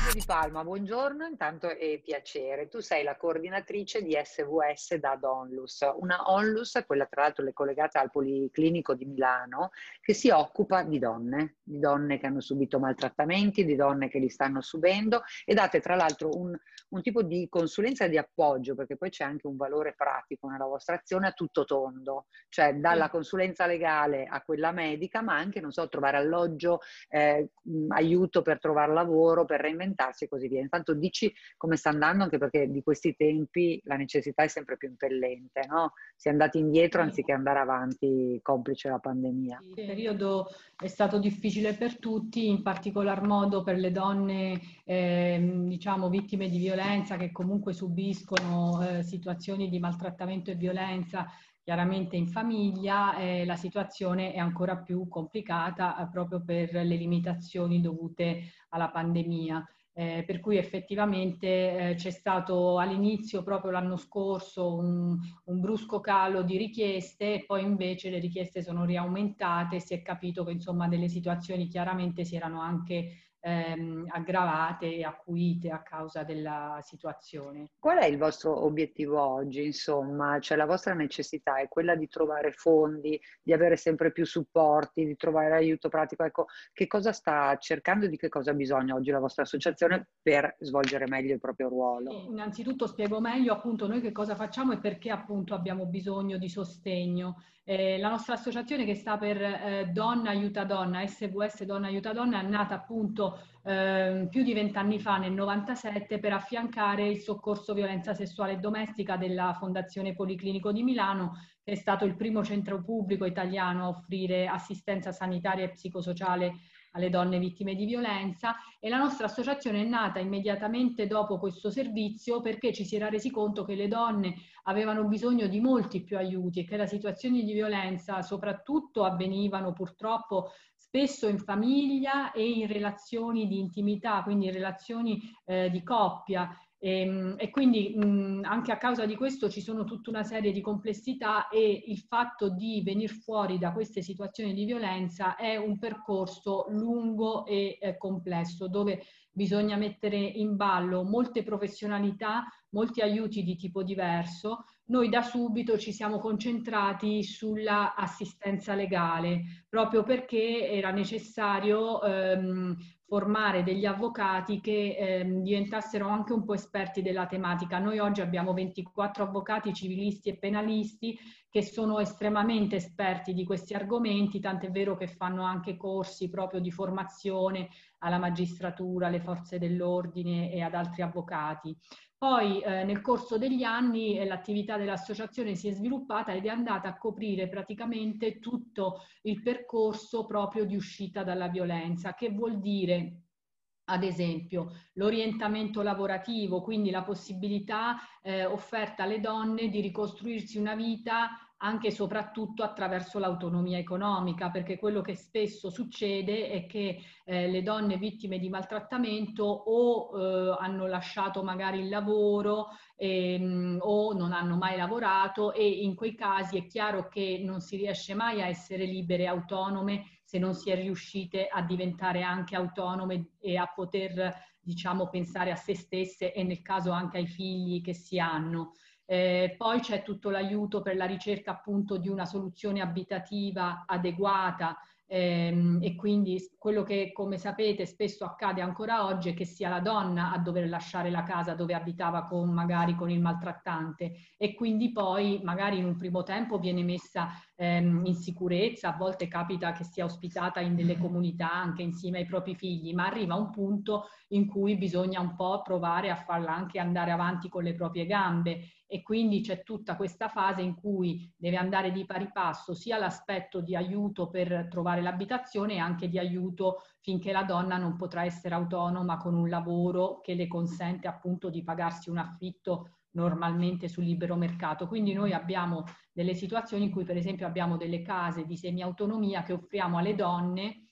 Silvia Di Palma, buongiorno, intanto è piacere. Tu sei la coordinatrice di SVS da Onlus. Una Onlus è quella tra l'altro collegata al Policlinico di Milano che si occupa di donne che hanno subito maltrattamenti, di donne che li stanno subendo e date tra l'altro un tipo di consulenza e di appoggio, perché poi c'è anche un valore pratico nella vostra azione a tutto tondo, cioè dalla Sì. consulenza legale a quella medica, ma anche, non so, trovare alloggio, aiuto per trovare lavoro, per reinventarsi e così via. Intanto dici come sta andando, anche perché di questi tempi la necessità è sempre più impellente, no? Si è andati indietro Sì. anziché andare avanti, complice la pandemia. Il periodo è stato difficile per tutti, in particolar modo per le donne, diciamo, vittime di violenza che comunque subiscono situazioni di maltrattamento e violenza, chiaramente in famiglia. La situazione è ancora più complicata proprio per le limitazioni dovute alla pandemia. Per cui effettivamente c'è stato all'inizio, proprio l'anno scorso, un brusco calo di richieste e poi invece le richieste sono riaumentate e si è capito che insomma delle situazioni chiaramente si erano anche aggravate e acuite a causa della situazione. Qual è il vostro obiettivo oggi, insomma? Cioè la vostra necessità è quella di trovare fondi, di avere sempre più supporti, di trovare aiuto pratico. Ecco, che cosa sta cercando e di che cosa ha bisogno oggi la vostra associazione per svolgere meglio il proprio ruolo? Innanzitutto spiego meglio appunto noi che cosa facciamo e perché appunto abbiamo bisogno di sostegno. La nostra associazione, che sta per Donna Aiuta Donna, SVS Donna Aiuta Donna, è nata appunto più di 20 anni fa, nel 97, per affiancare il soccorso violenza sessuale e domestica della Fondazione Policlinico di Milano, che è stato il primo centro pubblico italiano a offrire assistenza sanitaria e psicosociale alle donne vittime di violenza. E la nostra associazione è nata immediatamente dopo questo servizio perché ci si era resi conto che le donne avevano bisogno di molti più aiuti e che le situazioni di violenza soprattutto avvenivano purtroppo spesso in famiglia e in relazioni di intimità, quindi in relazioni di coppia. E quindi anche a causa di questo ci sono tutta una serie di complessità e il fatto di venire fuori da queste situazioni di violenza è un percorso lungo e complesso, dove bisogna mettere in ballo molte professionalità, molti aiuti di tipo diverso. Noi da subito ci siamo concentrati sulla assistenza legale, proprio perché era necessario formare degli avvocati che diventassero anche un po' esperti della tematica. Noi oggi abbiamo 24 avvocati civilisti e penalisti che sono estremamente esperti di questi argomenti, tant'è vero che fanno anche corsi proprio di formazione alla magistratura, alle forze dell'ordine e ad altri avvocati. Poi nel corso degli anni l'attività dell'associazione si è sviluppata ed è andata a coprire praticamente tutto il percorso proprio di uscita dalla violenza, che vuol dire ad esempio l'orientamento lavorativo, quindi la possibilità offerta alle donne di ricostruirsi una vita anche e soprattutto attraverso l'autonomia economica, perché quello che spesso succede è che le donne vittime di maltrattamento o hanno lasciato magari il lavoro o non hanno mai lavorato, e in quei casi è chiaro che non si riesce mai a essere libere e autonome se non si è riuscite a diventare anche autonome e a poter, diciamo, pensare a se stesse e nel caso anche ai figli che si hanno. Poi c'è tutto l'aiuto per la ricerca appunto di una soluzione abitativa adeguata, e quindi quello che, come sapete, spesso accade ancora oggi è che sia la donna a dover lasciare la casa dove abitava magari con il maltrattante, e quindi poi magari in un primo tempo viene messa in sicurezza, a volte capita che sia ospitata in delle comunità anche insieme ai propri figli, ma arriva un punto in cui bisogna un po' provare a farla anche andare avanti con le proprie gambe, e quindi c'è tutta questa fase in cui deve andare di pari passo sia l'aspetto di aiuto per trovare l'abitazione e anche di aiuto finché la donna non potrà essere autonoma con un lavoro che le consente appunto di pagarsi un affitto normalmente sul libero mercato. Quindi noi abbiamo delle situazioni in cui per esempio abbiamo delle case di semiautonomia che offriamo alle donne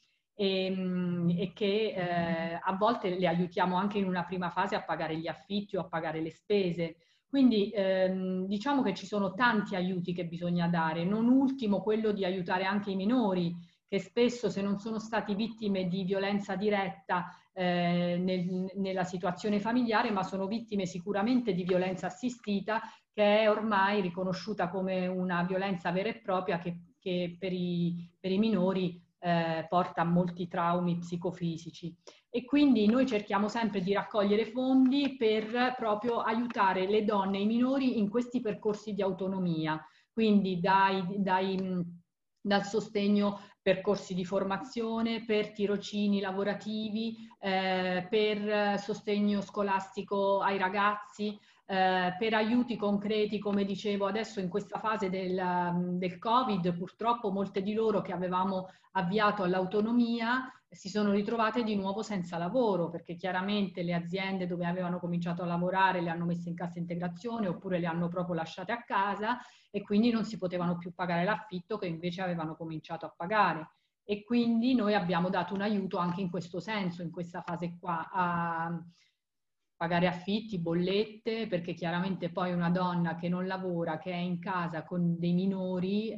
e che a volte le aiutiamo anche in una prima fase a pagare gli affitti o a pagare le spese. Quindi diciamo che ci sono tanti aiuti che bisogna dare, non ultimo quello di aiutare anche i minori che spesso, se non sono stati vittime di violenza diretta nella situazione familiare, ma sono vittime sicuramente di violenza assistita, che è ormai riconosciuta come una violenza vera e propria che per i minori porta a molti traumi psicofisici. E quindi noi cerchiamo sempre di raccogliere fondi per proprio aiutare le donne e i minori in questi percorsi di autonomia, quindi dal sostegno percorsi di formazione, per tirocini lavorativi, per sostegno scolastico ai ragazzi, per aiuti concreti, come dicevo adesso in questa fase del Covid, purtroppo molte di loro che avevamo avviato all'autonomia si sono ritrovate di nuovo senza lavoro, perché chiaramente le aziende dove avevano cominciato a lavorare le hanno messe in cassa integrazione oppure le hanno proprio lasciate a casa e quindi non si potevano più pagare l'affitto che invece avevano cominciato a pagare. E quindi noi abbiamo dato un aiuto anche in questo senso, in questa fase qua, a pagare affitti, bollette, perché chiaramente poi una donna che non lavora, che è in casa con dei minori,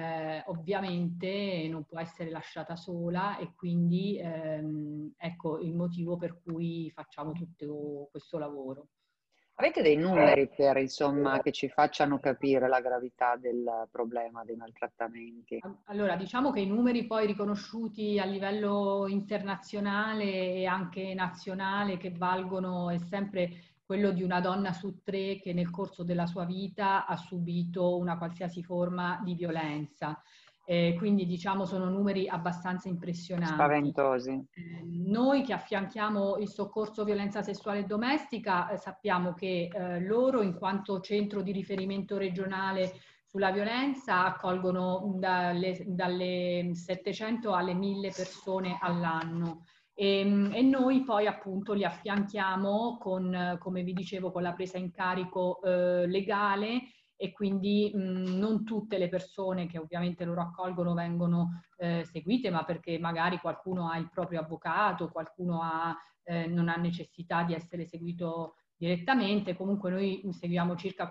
ovviamente non può essere lasciata sola e quindi ecco il motivo per cui facciamo tutto questo lavoro. Avete dei numeri per, insomma, che ci facciano capire la gravità del problema dei maltrattamenti? Allora, diciamo che i numeri poi riconosciuti a livello internazionale e anche nazionale che valgono è sempre quello di una donna su 3 che nel corso della sua vita ha subito una qualsiasi forma di violenza. Quindi diciamo sono numeri abbastanza impressionanti. Spaventosi. Noi che affianchiamo il soccorso violenza sessuale domestica sappiamo che loro in quanto centro di riferimento regionale sulla violenza accolgono dalle 700 alle 1000 persone all'anno e noi poi appunto li affianchiamo con, come vi dicevo, con la presa in carico legale e quindi non tutte le persone che ovviamente loro accolgono vengono seguite, ma perché magari qualcuno ha il proprio avvocato, qualcuno non ha necessità di essere seguito direttamente. Comunque noi seguiamo circa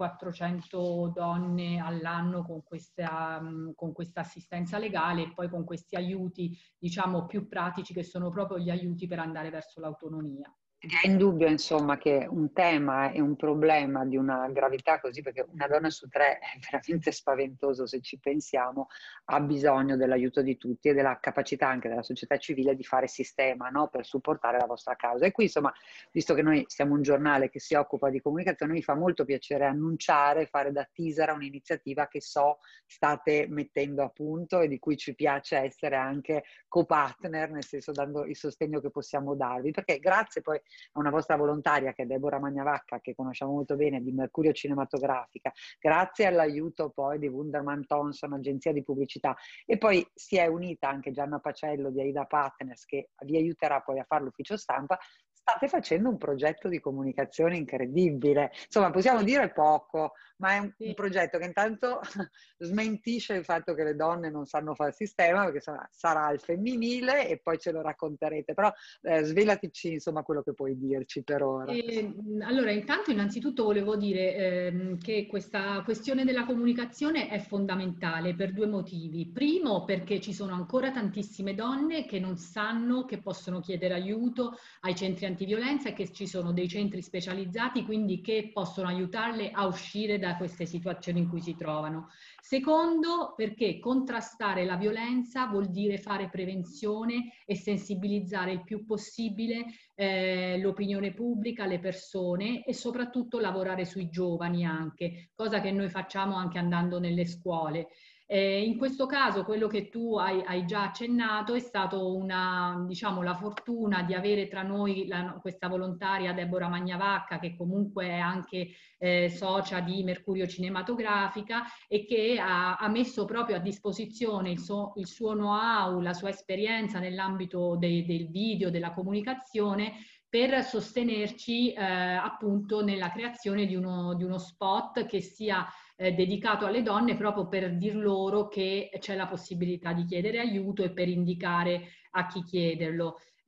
400 donne all'anno con questa assistenza legale e poi con questi aiuti, diciamo, più pratici che sono proprio gli aiuti per andare verso l'autonomia. È indubbio, insomma, che un tema e un problema di una gravità così, perché una donna su 3 è veramente spaventoso se ci pensiamo, ha bisogno dell'aiuto di tutti e della capacità anche della società civile di fare sistema, no? Per supportare la vostra causa. E qui, insomma, visto che noi siamo un giornale che si occupa di comunicazione, mi fa molto piacere annunciare, fare da teaser a un'iniziativa che so state mettendo a punto e di cui ci piace essere anche co-partner, nel senso dando il sostegno che possiamo darvi, perché grazie poi a una vostra volontaria che è Deborah Magnavacca, che conosciamo molto bene, di Mercurio Cinematografica, grazie all'aiuto poi di Wunderman Thompson, agenzia di pubblicità, e poi si è unita anche Gianna Pacello di Aida Partners che vi aiuterà poi a fare l'ufficio stampa. State facendo un progetto di comunicazione incredibile, insomma possiamo dire poco, ma è un progetto che intanto smentisce il fatto che le donne non sanno fare sistema, perché sarà il femminile e poi ce lo racconterete, però svelatici insomma quello che puoi dirci per ora. Allora, intanto innanzitutto volevo dire che questa questione della comunicazione è fondamentale per 2 motivi. Primo, perché ci sono ancora tantissime donne che non sanno che possono chiedere aiuto ai centri antiviolenza e che ci sono dei centri specializzati, quindi che possono aiutarle a uscire da queste situazioni in cui si trovano. Secondo, perché contrastare la violenza vuol dire fare prevenzione e sensibilizzare il più possibile l'opinione pubblica, le persone e soprattutto lavorare sui giovani anche, cosa che noi facciamo anche andando nelle scuole. In questo caso quello che tu hai già accennato è stato diciamo, la fortuna di avere tra noi questa volontaria Deborah Magnavacca, che comunque è anche socia di Mercurio Cinematografica e che ha messo proprio a disposizione il suo know-how, la sua esperienza nell'ambito del video, della comunicazione, per sostenerci appunto nella creazione di uno spot che sia dedicato alle donne proprio per dir loro che c'è la possibilità di chiedere aiuto e per indicare a chi chiederlo.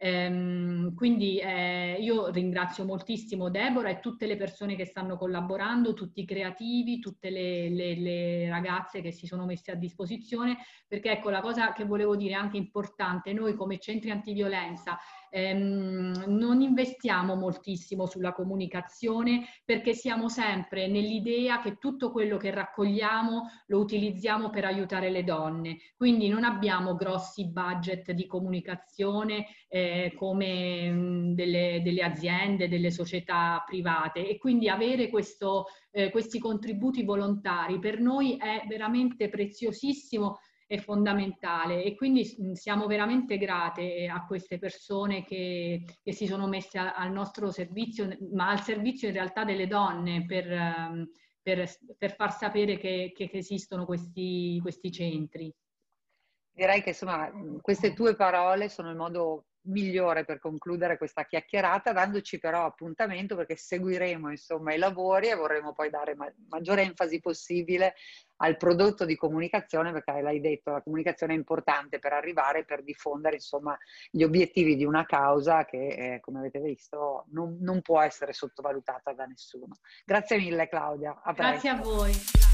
Quindi io ringrazio moltissimo Deborah e tutte le persone che stanno collaborando, tutti i creativi, tutte le ragazze che si sono messe a disposizione, perché ecco la cosa che volevo dire anche importante, noi come centri antiviolenza non investiamo moltissimo sulla comunicazione perché siamo sempre nell'idea che tutto quello che raccogliamo lo utilizziamo per aiutare le donne, quindi non abbiamo grossi budget di comunicazione come delle aziende, delle società private, e quindi avere questi contributi volontari per noi è veramente preziosissimo e fondamentale, e quindi siamo veramente grate a queste persone che si sono messe al nostro servizio, ma al servizio in realtà delle donne per far sapere che esistono questi centri. Direi che insomma queste tue parole sono il modo migliore per concludere questa chiacchierata, dandoci però appuntamento perché seguiremo insomma i lavori e vorremmo poi dare maggiore enfasi possibile al prodotto di comunicazione, perché l'hai detto, la comunicazione è importante per arrivare, per diffondere insomma gli obiettivi di una causa che come avete visto non può essere sottovalutata da nessuno. Grazie mille Claudia, a presto. Grazie a voi.